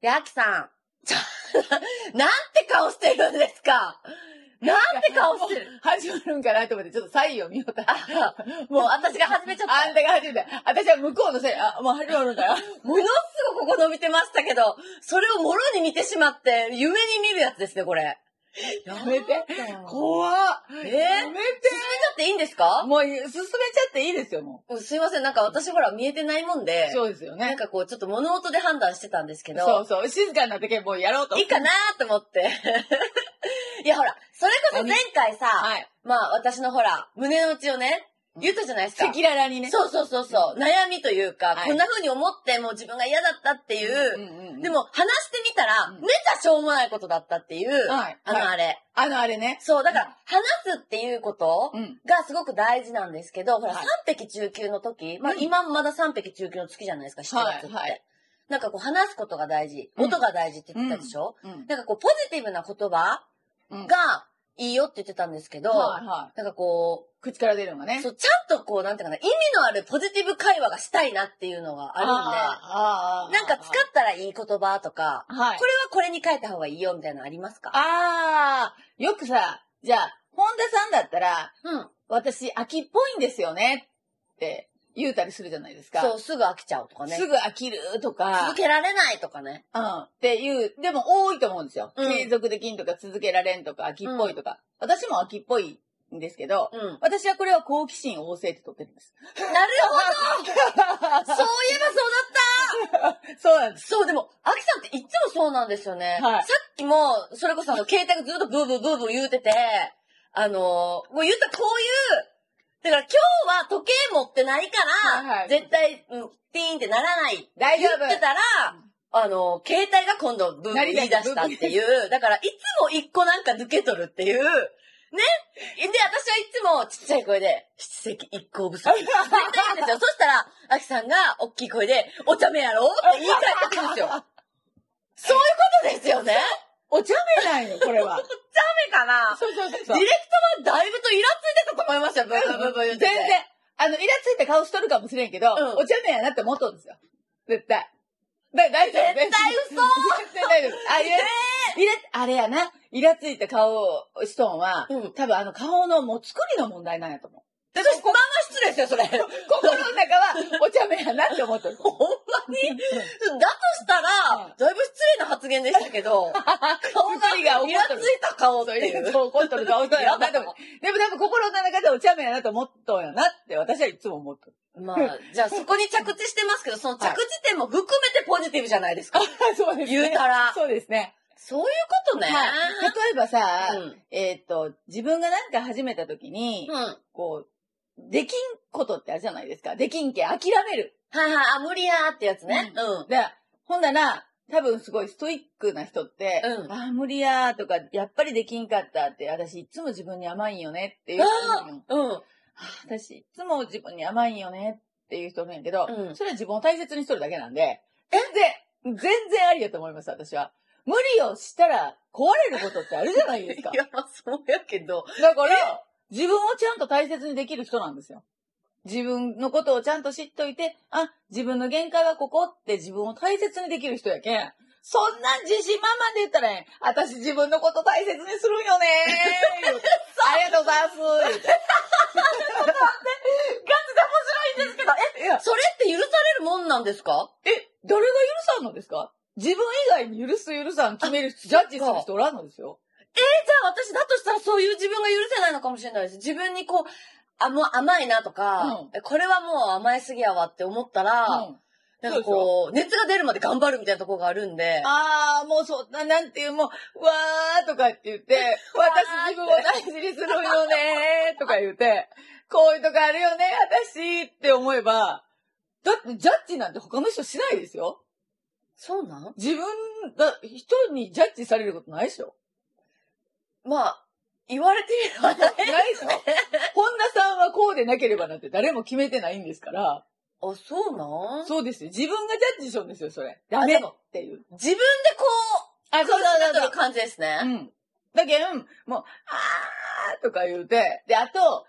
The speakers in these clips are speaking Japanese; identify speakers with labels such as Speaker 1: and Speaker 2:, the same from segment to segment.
Speaker 1: で、アキさん、なんて顔してるんですか？なんて顔してる。
Speaker 2: 始まるんかなと思って、ちょっとサインを見ようと。
Speaker 1: もう私が始めちゃった。
Speaker 2: あんたが始めた。私は向こうのせい。もう始まるんかな。
Speaker 1: ものすごくここ伸びてましたけど、それをもろに見てしまって、夢に見るやつですね、これ。
Speaker 2: やめて。怖っ。やめて。
Speaker 1: 進めちゃっていいんですか？
Speaker 2: もう進めちゃっていいですよ、も
Speaker 1: う。すいません、なんか私ほら見えてないもんで。
Speaker 2: そうですよね。
Speaker 1: なんかこう、ちょっと物音で判断してたんですけど。
Speaker 2: そうそう、静かになってけもうやろうと。
Speaker 1: いいかなーと思って。いやほら、それこそ前回さ、はい、まあ私のほら、胸の内をね、言ったじゃないですか。
Speaker 2: 赤裸々にね。
Speaker 1: そう。悩みというか、はい、こんな風に思ってもう自分が嫌だったっていう、でも話してみたら、めちゃしょうもないことだったっていう、はい、あれ。
Speaker 2: あれね。
Speaker 1: そう、だから話すっていうことがすごく大事なんですけど、ほら、3匹中級の時、まあ今まだ3匹中級の月じゃないですか、7月って。はい、なんかこう話すことが大事、音が大事って言ってたでしょ、なんかこうポジティブな言葉がいいよって言ってたんですけど、なんかこう、
Speaker 2: 口から出るのがね。
Speaker 1: そう、ちゃんとこう、なんていうかな、意味のあるポジティブ会話がしたいなっていうのがあるんで、なんか使ったらいい言葉とか、これはこれに変えた方がいいよみたいなのありますか？
Speaker 2: よくさ、じゃあ、本田さんだったら、私、秋っぽいんですよねって言うたりするじゃないですか。
Speaker 1: そう、すぐ飽きちゃうとかね。
Speaker 2: すぐ飽きるとか。
Speaker 1: 続けられないとかね。
Speaker 2: っていう、でも多いと思うんですよ。継続できんとか続けられんとか、秋っぽいとか。私も秋っぽいんですけど、私はこれは好奇心旺盛って取ってるんです。
Speaker 1: なるほどそういえばそうだった
Speaker 2: そうなんです。
Speaker 1: そう、でも、アキさんっていつもそうなんですよね。さっきも、それこそ携帯がずっとブーブーブーブー言うてて、もう言ったらこういう、だから今日は時計持ってないから、絶対、ピーンってならない。
Speaker 2: 大丈夫。
Speaker 1: 言ってたら、携帯が今度ブーブー言い出したっていう。だから、いつも一個なんか抜け取るっていう。ね。で、私はいつもちっちゃい声で、七石一個不足。絶対言うんですよ。そしたら、アキさんが大きい声で、お茶目やろって言い換えてくるんですよ。そういうことですよね。
Speaker 2: お茶目ないの、これは。
Speaker 1: お茶目かな？
Speaker 2: そう。
Speaker 1: ディレクターはだいぶとイラついてたと思いましたよ、ブーブーブー言ってて。
Speaker 2: 全然。イラついた顔しとるかもしれんけど、お茶目やなって思っとるんですよ。絶対。大丈夫。
Speaker 1: 絶対嘘
Speaker 2: 絶対大丈夫。あれやな。イラついた顔をしとんは、多分顔のもう作りの問題なんやと思う。
Speaker 1: まあまあ失礼ですよ、それ。
Speaker 2: 心の中はお茶目やなって思っとる。
Speaker 1: ほんまにだとしたら、だいぶ失礼な発言でしたけど、顔がイラついた顔っていう。
Speaker 2: そう、怒っとる顔してやなでも多分心の中でお茶目やなと思っとんやなって私はいつも思っとる。
Speaker 1: まあ、じゃあそこに着地してますけど、その着地点も含めてポジティブじゃないですか。
Speaker 2: そうですね。
Speaker 1: 言うたら。
Speaker 2: そうですね。
Speaker 1: そういうことね。
Speaker 2: 例えばさ、自分がなんか始めた時に、こう、できんことってあるじゃないですか。できんけ、諦める。
Speaker 1: 無理やーってやつね。
Speaker 2: で、ほんなら、多分すごいストイックな人って、無理やーとか、やっぱりできんかったって、私いつも自分に甘いんよねっていう人私いつも自分に甘いんよねっていう人なんやけど、それは自分を大切にしとるだけなんで、全然ありやと思います、私は。無理をしたら壊れることってあるじゃないですか。
Speaker 1: いや、そうやけど。
Speaker 2: だから、自分をちゃんと大切にできる人なんですよ。自分のことをちゃんと知っといて、自分の限界はここって自分を大切にできる人やけん。そんな自信満々で言ったらね、私自分のこと大切にするんよねー。ありがとうございます。ちょっと待って。ガチで面白いんですけど、
Speaker 1: それって許されるもんなんですか？
Speaker 2: 誰が許さんのですか？自分以外に許す許さん決めるジャッジする人おらんのですよ。
Speaker 1: じゃあ私だとしたらそういう自分が許せないのかもしれないです。自分にこう、もう甘いなとか、これはもう甘えすぎやわって思ったら、なんかこう、熱が出るまで頑張るみたいなところがあるんで。
Speaker 2: もうそんな、なんていう、もう、わーとかって言って、私自分を大事にするよねーとか言って、こういうとこあるよね、私って思えば、だってジャッジなんて他の人しないですよ。
Speaker 1: そうなん？
Speaker 2: 人にジャッジされることないでしょ？
Speaker 1: まあ、言われてみればない
Speaker 2: ですね。本田さんはこうでなければなんて誰も決めてないんですから。
Speaker 1: そうなん？
Speaker 2: そうですよ。自分がジャッジしようんですよ、それ。ダメっていう。
Speaker 1: 自分でこう、そういう感じですね。
Speaker 2: だけん、もう、とか言うて、で、あと、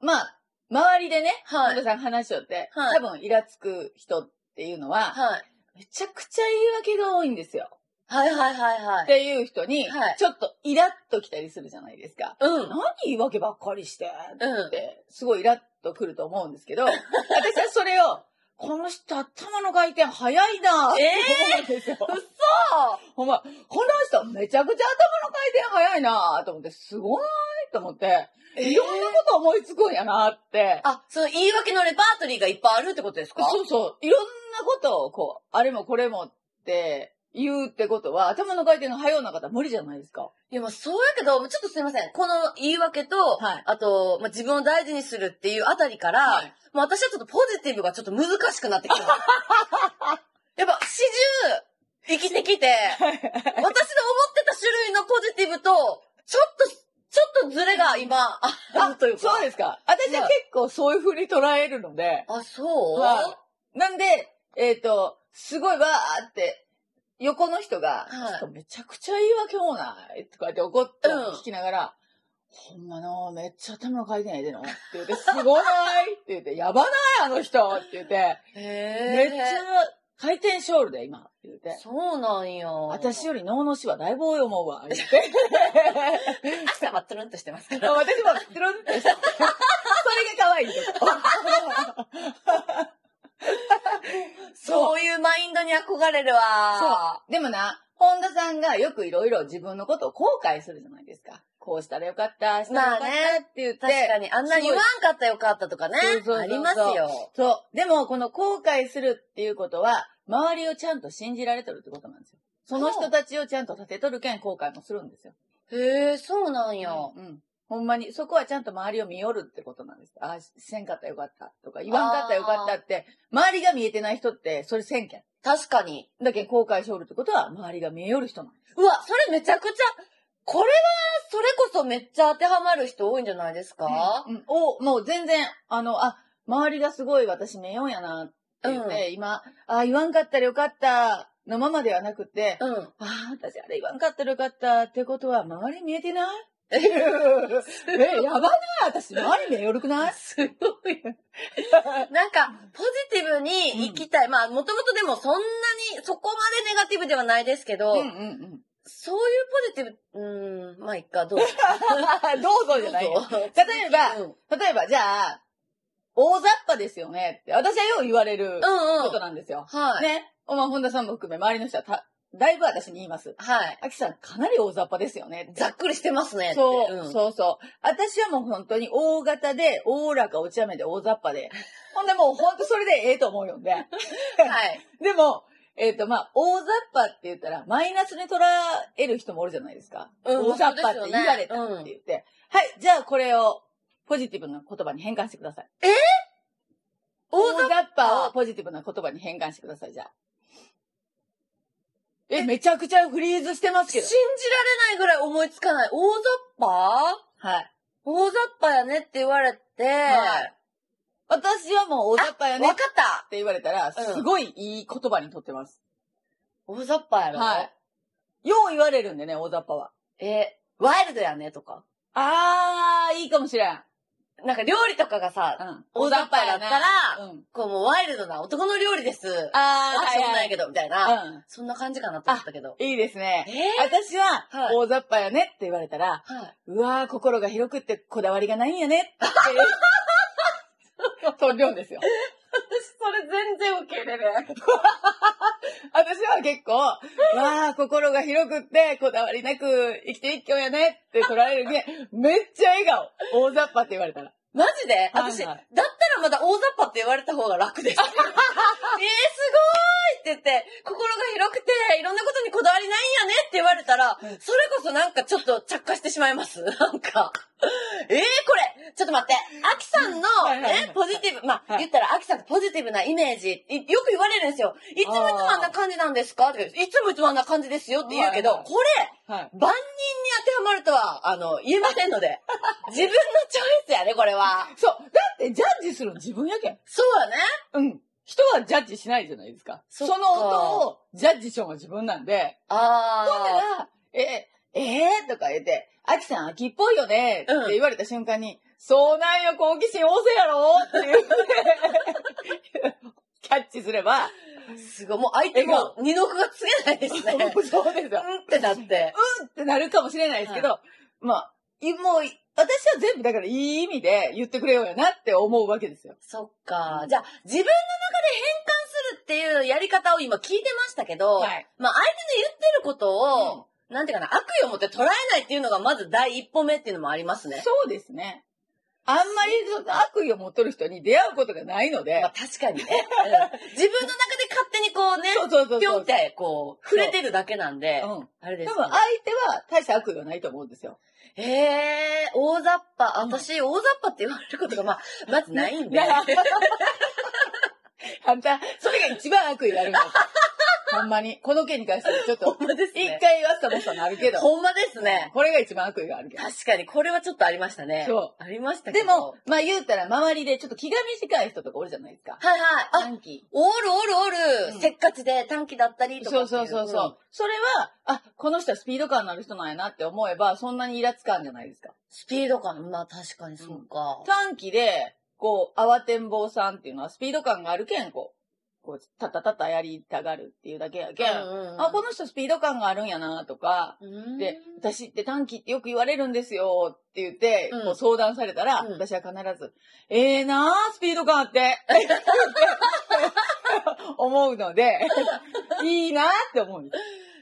Speaker 2: 周りでね、本田さん話しよって、多分イラつく人っていうのは、 めちゃくちゃ言い訳が多いんですよ。
Speaker 1: はいはいはいはい。
Speaker 2: っていう人に、ちょっとイラッときたりするじゃないですか。何言い訳ばっかりして、って、すごいイラッとくると思うんですけど、私はそれを、この人頭の回転早いなって思うんですよ。嘘ほんま、この人めちゃくちゃ頭の回転早いなと思って、すごいと思って、いろんなこと思いつくんやなって。
Speaker 1: その言い訳のレパートリーがいっぱいあるってことですか？
Speaker 2: そうそう。いろんなことをこう、あれもこれもって言うってことは、頭の回転が早いな方無理じゃないですか。
Speaker 1: いや、そうやけど、ちょっとすいません。この言い訳と、あと、自分を大事にするっていうあたりから、もう私はちょっとポジティブがちょっと難しくなってきた。やっぱ、始終、生きてきて、私の思ってた種類のポジティブと、ちょっとズレが今、あるというか。
Speaker 2: そうですか。私は結構そういう風に捉えるので。
Speaker 1: そう
Speaker 2: なんで、すごいわーって、横の人が、めちゃくちゃ言い訳もないとか言って怒って聞きながら、ほんまなめっちゃ頭の回転やでのって言って、すごないって言って、やばないあの人って言って、めっちゃ回転ショールで今って言って。
Speaker 1: そうなんや。
Speaker 2: 私より脳の死はだいぶ多い思うわ、言って。
Speaker 1: 朝はトゥルンとしてますから。
Speaker 2: 私もトゥルンとして。それが可愛いけど。
Speaker 1: そういうマインドに憧れるわ。
Speaker 2: そう。でもな、本田さんがよくいろいろ自分のことを後悔するじゃないですか。こうしたらよかった、したらよかったって言って。
Speaker 1: 確かに、あんな言わんかったよかったとかね。ありますよ。
Speaker 2: そう。でも、この後悔するっていうことは、周りをちゃんと信じられてるってことなんですよ。その人たちをちゃんと立てとるけん後悔もするんですよ。
Speaker 1: へえ、そうなんや。
Speaker 2: ほんまに、そこはちゃんと周りを見よるってことなんです。せんかったらよかったとか、言わんかったらよかったって、周りが見えてない人って、それせんけん。
Speaker 1: 確かに。
Speaker 2: だけど後悔しおるってことは、周りが見えよる人なんです。
Speaker 1: うわ、それめちゃくちゃ、これは、それこそめっちゃ当てはまる人多いんじゃないですか？
Speaker 2: もう全然、周りがすごい私見えよんやなって言って、今、言わんかったらよかったのままではなくて、私あれ言わんかったらよかったってことは、周り見えてないやばない私、周り見えよるくない
Speaker 1: すごい。なんか、ポジティブに生きたい。もともとでもそんなに、そこまでネガティブではないですけど、そういうポジティブ、いっか、どうぞ。
Speaker 2: どうぞじゃないよ。例えば、じゃあ、大雑把ですよねって、私はよう言われることなんですよ。ね。本田さんも含め、周りの人はだいぶ私に言います。あきさん、かなり大雑把ですよね。
Speaker 1: ざっくりしてますね。
Speaker 2: そう。私はもう本当に大型で、おおらかお茶目で大雑把で。ほんでもう本当それでええと思うよね。でも、大雑把って言ったら、マイナスに捉える人もおるじゃないですか。大雑把って言われたって言って。はい、じゃあこれをポジティブな言葉に変換してください。大雑把をポジティブな言葉に変換してください、じゃあ。めちゃくちゃフリーズしてますけど。
Speaker 1: 信じられないぐらい思いつかない。大雑把大雑把やねって言われて、
Speaker 2: 私はもう大雑把やね。
Speaker 1: わかった
Speaker 2: って言われたら、すごいいい言葉にとってます。
Speaker 1: 大雑把やろ？
Speaker 2: よう言われるんでね、大雑把は。
Speaker 1: ワイルドやねとか。
Speaker 2: いいかもしれん。
Speaker 1: なんか料理とかがさ、大雑把だったら、こうもうワイルドな男の料理です。私もないけど、みたいな。そんな感じかなと思ったけど。
Speaker 2: いいですね。私は、大雑把やねって言われたら、うわー、心が広くってこだわりがないんやねって、とんりょんですよ。
Speaker 1: それ全然受け入れる。
Speaker 2: 私は結構、わー、心が広くってこだわりなく生きていっきょんやねって捉えるね。めっちゃ笑顔。大雑把って言われたら。
Speaker 1: マジで私、だったらまだ大雑把って言われた方が楽です。すごーいって言って、心が広くて、いろんなことにこだわりないんやねって言われたら、それこそなんかちょっと着火してしまいます。なんか。これ、ちょっと待って。アキさんの、ポジティブ、言ったらアキさんのポジティブなイメージ、よく言われるんですよ。いつもあんな感じなんですかって。いつもあんな感じですよって言うけど、これ、万人に当てはまるとは、言えませんので。自分のチョイスやね、これは。
Speaker 2: そう。だってジャッジするの自分やけん。
Speaker 1: そうやね。
Speaker 2: 人はジャッジしないじゃないですか。その音をジャッジしようが自分なんで。ほんなら、とか言って、アキさん秋っぽいよねって言われた瞬間に、そうなんよ、好奇心旺盛やろって言って、キャッチすれば、
Speaker 1: すごい。もう相手も二の句がつけないですね。
Speaker 2: そうですよ。
Speaker 1: うんってなって。
Speaker 2: うんってなるかもしれないですけど、まあ、もう、私は全部だからいい意味で言ってくれようやなって思うわけですよ。
Speaker 1: そっか。じゃあ、自分の中で変換するっていうやり方を今聞いてましたけど、まあ相手の言ってることを、なんていうかな、悪意を持って捉えないっていうのがまず第一歩目っていうのもありますね。
Speaker 2: そうですね。あんまり悪意を持っとる人に出会うことがないので。
Speaker 1: まあ確かにね。自分の中で勝手にこうね、ぴょんってこう、触れてるだけなんで、あれです、ね。
Speaker 2: 多分相手は大した悪意はないと思うんですよ。
Speaker 1: 大雑把。私、大雑把って言われることがまずないんで。
Speaker 2: あんた、それが一番悪意があるんだ。ほんまに。この件に関してはちょっと、一回言わせたもんあるけど。
Speaker 1: ほんまですね。
Speaker 2: これが一番悪意があるけど。
Speaker 1: 確かに、これはちょっとありましたね。
Speaker 2: そう。
Speaker 1: ありましたけど。
Speaker 2: でも、まあ言うたら周りでちょっと気が短い人とかおるじゃないですか。
Speaker 1: はいはい。
Speaker 2: 短期。
Speaker 1: おる。せっかちで短期だったりとか。
Speaker 2: そう。それは、この人はスピード感のある人なんやなって思えば、そんなにイラつかんじゃないですか。
Speaker 1: スピード感、まあ確かにそうか。
Speaker 2: 短期で、こう、慌てんぼうさんっていうのはスピード感があるけん、こう、たったやりたがるっていうだけやけん。この人スピード感があるんやなとか、で、私って短期ってよく言われるんですよって言って、こう相談されたら、私は必ず、なあ、スピード感あって、思うので、いいなって思うんです。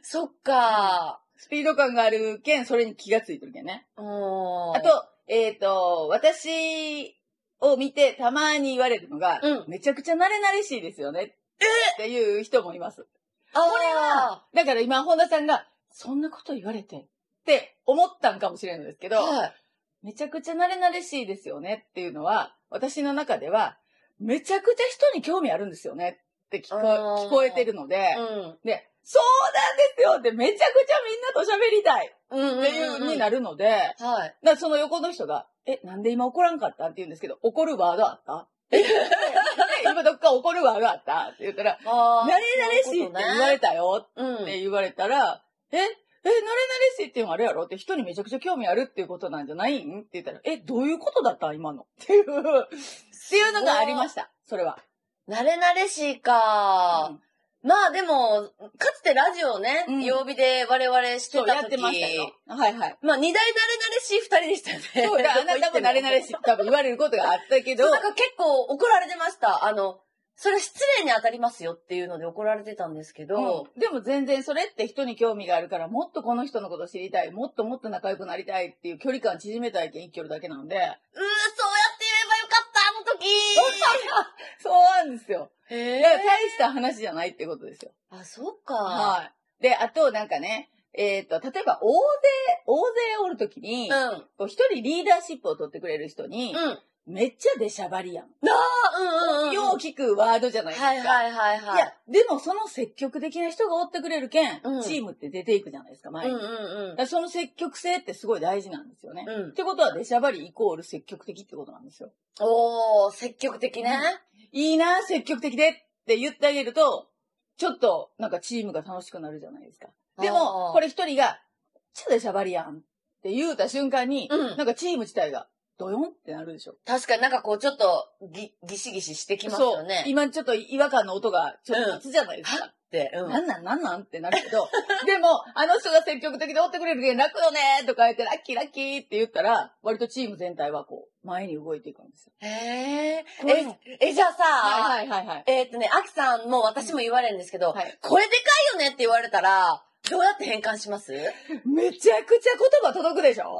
Speaker 1: そっか、
Speaker 2: スピード感があるけん、それに気がついてるけんね。あと、私を見てたまに言われるのが、めちゃくちゃ慣れ慣れしいですよね。っていう人もいます。これは、だから今、本田さんが、そんなこと言われてって思ったんかもしれないんですけど、めちゃくちゃ慣れ慣れしいですよねっていうのは、私の中では、めちゃくちゃ人に興味あるんですよねって聞こえてるので、で、そうなんですよってめちゃくちゃみんなと喋りたいっていう風になるので、だからその横の人が、なんで今怒らんかったって言うんですけど、怒るワードあった今どっか怒るワードあったって言ったら、慣れ慣れしいって言われたよって言われたら、慣れ慣れしいっていうのあれやろって人にめちゃくちゃ興味あるっていうことなんじゃないんって言ったら、どういうことだった今のっていうのがありました。それは。
Speaker 1: 慣れ慣れしいか。まあでも、かつてラジオね、曜日で我々してた時。
Speaker 2: やってましたよ。はいはい。
Speaker 1: まあ二大慣れ慣れしい二人でしたよね。
Speaker 2: そうだ、あなたも慣れ慣れしい多分言われることがあったけど。
Speaker 1: なんか結構怒られてました。それ失礼に当たりますよっていうので怒られてたんですけど。
Speaker 2: でも全然それって人に興味があるから、もっとこの人のこと知りたい、もっともっと仲良くなりたいっていう距離感縮めたいけん一挙だけなんで。
Speaker 1: そうやって言えばよかった、あの時
Speaker 2: そうなんですよ。大した話じゃないってことですよ。
Speaker 1: あ、そっか。
Speaker 2: はい。で、あとなんかね、例えば大勢おるときに、一人リーダーシップを取ってくれる人に、めっちゃ出しゃばりやん。よう聞くワードじゃないですか。いや、でもその積極的な人がおってくれるけん、チームって出ていくじゃないですか、前に。その積極性ってすごい大事なんですよね。ってことは出しゃばりイコール積極的ってことなんですよ。
Speaker 1: 積極的ね。
Speaker 2: いいな、積極的でって言ってあげると、ちょっとなんかチームが楽しくなるじゃないですか。でも、これ一人が、ちょっとでしゃばりやんって言うた瞬間に、なんかチーム自体が、ドヨンってなるでしょ。
Speaker 1: 確かになんかこうちょっとギシギシしてきますよね。
Speaker 2: 今ちょっと違和感の音がちょっと立つじゃないですか。って、なんなんってなるけど、でも、あの人が積極的で追ってくれるけん楽よねとか言って、ラッキーって言ったら、割とチーム全体はこう、前に動いていくんですよ。
Speaker 1: じゃあさ、アキさんも私も言われるんですけど、これでかいよねって言われたら、どうやって変換します？
Speaker 2: めちゃくちゃ言葉届くでしょ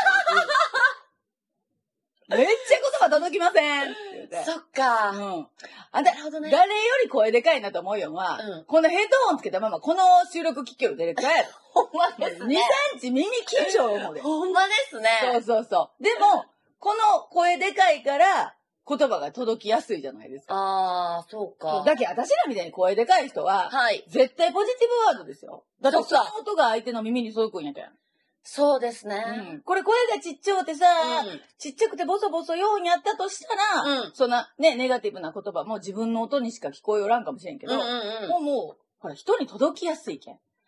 Speaker 2: めっちゃ言葉届きませんって言って。
Speaker 1: そっか。
Speaker 2: なるほどね。誰より声でかいなと思うよんは、このヘッドホンつけたまま、この収録聞きよるディレクターやろ。
Speaker 1: ほんまですね。
Speaker 2: 2、3日耳緊張思うで。
Speaker 1: ほんまですね。
Speaker 2: そう。でも、この声でかいから、言葉が届きやすいじゃないですか。
Speaker 1: そうか。
Speaker 2: だけど私らみたいに声でかい人は、絶対ポジティブワードですよ。だってその音が相手の耳に届くんやけん。
Speaker 1: そうですね。
Speaker 2: これ声がちっちゃくてさ、ちっちゃくてボソボソようにやったとしたら、そんなね、ネガティブな言葉も自分の音にしか聞こえおらんかもしれんけど、もう、ほら、人に届きやすいけん。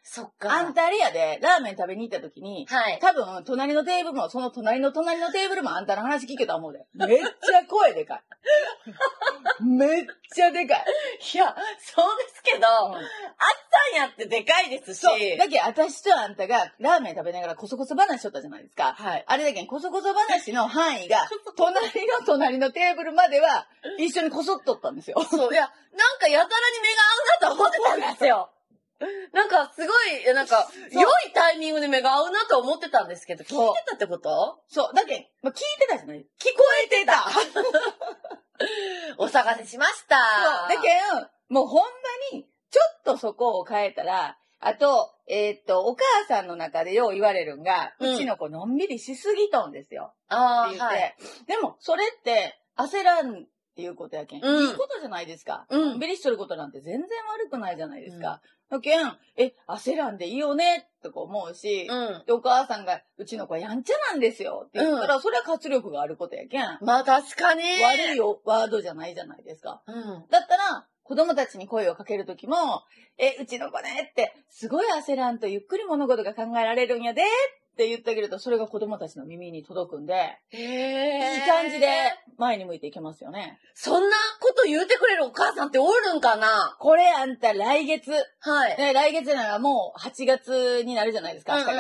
Speaker 1: そっか。
Speaker 2: あんたあれやで、ラーメン食べに行った時に、
Speaker 1: はい。
Speaker 2: 多分、隣のテーブルも、その隣のテーブルもあんたの話聞けたと思うで。めっちゃ声でかい。めっちゃでかい。
Speaker 1: いや、そうですけど、あったんやってでかいですし。
Speaker 2: そう。だけど、私とあんたがラーメン食べながらコソコソ話しとったじゃないですか。
Speaker 1: はい。
Speaker 2: あれだけど、コソコソ話の範囲が、隣のテーブルまでは、一緒にこそっとったんですよ。
Speaker 1: そう。いや、なんかやたらに目が合うなと思ってたんですよ。なんかすごい、なんか、良いタイミングで目が合うなと思ってたんですけど、聞いてたってこと？
Speaker 2: そう。だけど、聞いてたじゃない？聞こえてた。
Speaker 1: お探せしました。
Speaker 2: そう。だけど、もうほんまに、ちょっとそこを変えたら、あと、お母さんの中でよう言われるんが、うちの子のんびりしすぎとんですよ。
Speaker 1: ああ、
Speaker 2: って言って、
Speaker 1: はい。
Speaker 2: でも、それって、焦らんっていうことやけん。いいことじゃないですか。のんびりしとることなんて全然悪くないじゃないですか。だけん、焦らんでいいよね、とか思うし、で、お母さんが、うちの子はやんちゃなんですよ、って言ったら、それは活力があることやけん。
Speaker 1: まあ確かに。
Speaker 2: 悪いワードじゃないじゃないですか。だったら、子供たちに声をかけるときも、うちの子ねって、すごい焦らんとゆっくり物事が考えられるんやで、って言ってあげると、それが子供たちの耳に届くんで、いい感じで前に向いていけますよね。
Speaker 1: そんなこと言うてくれるお母さんっておるんかな？
Speaker 2: これあんた来月。
Speaker 1: はい。
Speaker 2: ね、来月ならもう8月になるじゃないですか、明日から。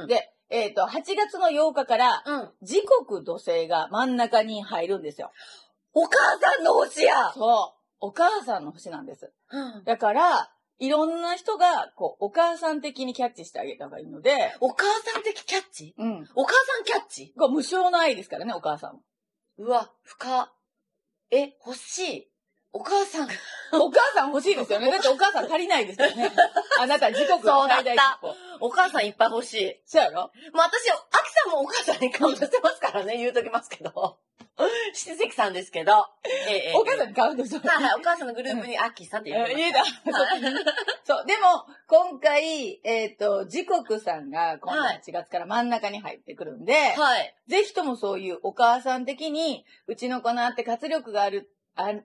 Speaker 2: で、8月の8日から、時刻土星が真ん中に入るんですよ。
Speaker 1: お母さんの星や！
Speaker 2: そう。お母さんの星なんです。だから、いろんな人が、お母さん的にキャッチしてあげた方がいいので。
Speaker 1: お母さん的キャッチ？お母さんキャッチ？
Speaker 2: 無償の愛ですからね、お母さん。
Speaker 1: うわ、深。欲しい。お母さんが。
Speaker 2: お母さん欲しいですよね。だってお母さん足りないですよね。あなた時刻
Speaker 1: そうだった。お母さんいっぱい欲しい。
Speaker 2: そうやろ？
Speaker 1: まあ私、アキさんもお母さんにカウントしてますからね、言うときますけど。七石さんですけど。
Speaker 2: お母さんにカウントしてます。
Speaker 1: はい、お母さんのグループにアキさんって言ってます。
Speaker 2: 言えた。そう、でも、今回、時刻さんが今度8月から真ん中に入ってくるんで、ぜひともそういうお母さん的に、うちの子なって活力があって、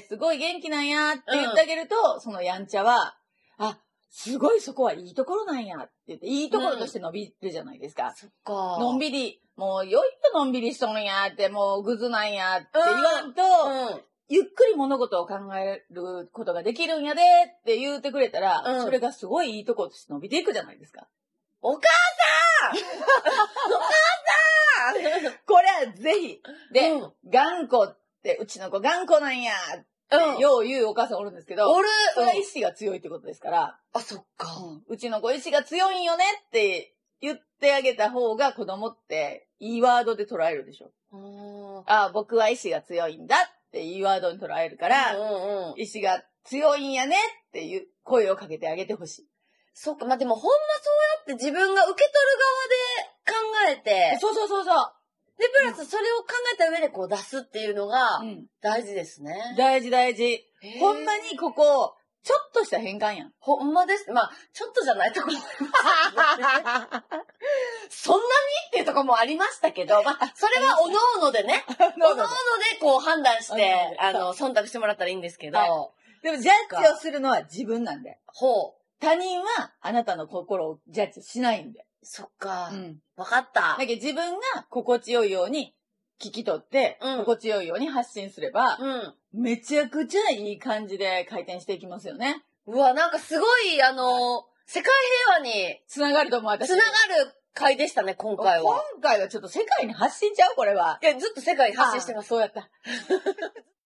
Speaker 2: すごい元気なんやって言ってあげると、そのやんちゃは、すごいそこはいいところなんやって言って、いいところとして伸びるじゃないですか。
Speaker 1: そっか。
Speaker 2: のんびり、もうよいとのんびりしとんやって、もうぐずなんやって言わんと、ゆっくり物事を考えることができるんやでって言うてくれたら、それがすごいいいところとして伸びていくじゃないですか。
Speaker 1: お母さんお母さん
Speaker 2: これはぜひ。で、頑固って、うちの子頑固なんやよう言うお母さんおるんですけど、それは意志が強いってことですから。
Speaker 1: そっか。
Speaker 2: うちの子意志が強いんよねって言ってあげた方が子供っていいワードで捉えるでしょ。僕は意志が強いんだっていいワードに捉えるから、意志が強いんやねっていう声をかけてあげてほしい。
Speaker 1: そっか。まあ、でもほんまそうやって自分が受け取る側で考えて。
Speaker 2: そう。
Speaker 1: で、プラスそれを考えた上で出すっていうのが大事ですね。
Speaker 2: 大事。ほんまにここ、ちょっとした変換やん。
Speaker 1: ほんまです。まあ、ちょっとじゃないとこもありますそんなにっていうとこもありましたけど、まあ、それはおのおのでね、おのおので判断して、忖度してもらったらいいんですけど。
Speaker 2: でも、ジャッジをするのは自分なんで。他人はあなたの心をジャッジしないんで。
Speaker 1: そっか。わかった。
Speaker 2: だけど自分が心地よいように聞き取って、心地よいように発信すれば、めちゃくちゃいい感じで回転していきますよね。
Speaker 1: うわ、なんかすごい、世界平和に
Speaker 2: つながると思う、私。
Speaker 1: つながる回でしたね、今回は。
Speaker 2: 今回はちょっと世界に発信ちゃうこれは。
Speaker 1: いや、ずっと世界に発信してます。
Speaker 2: そうやった。